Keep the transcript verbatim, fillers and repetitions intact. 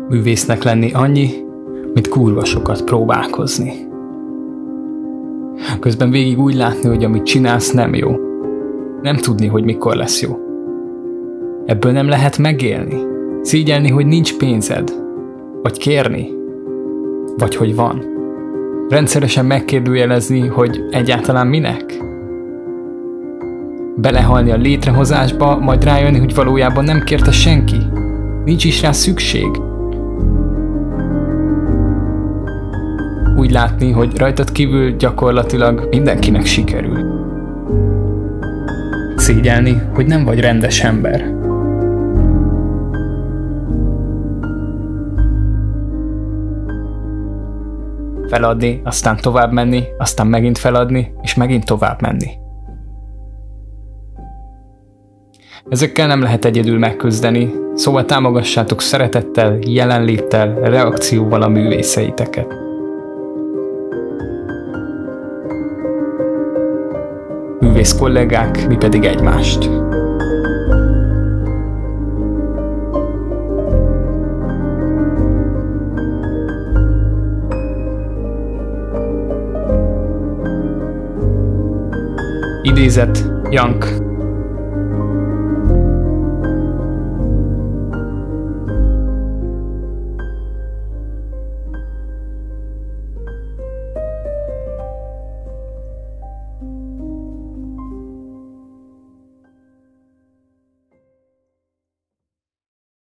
Művésznek lenni annyi, mint kurva sokat próbálkozni. Közben végig úgy látni, hogy amit csinálsz, nem jó. Nem tudni, hogy mikor lesz jó. Ebből nem lehet megélni. Szégyelni, hogy nincs pénzed. Vagy kérni. Vagy hogy van. Rendszeresen megkérdőjelezni, hogy egyáltalán minek. Belehalni a létrehozásba, majd rájönni, hogy valójában nem kérte senki. Nincs is rá szükség. Úgy látni, hogy rajtad kívül gyakorlatilag mindenkinek sikerül. Szégyelni, hogy nem vagy rendes ember. Feladni, aztán tovább menni, aztán megint feladni, és megint tovább menni. Ezekkel nem lehet egyedül megküzdeni, szóval támogassátok szeretettel, jelenléttel, reakcióval a művészeiteket. Művész kollégák, mi pedig egymást. Idézet Jank.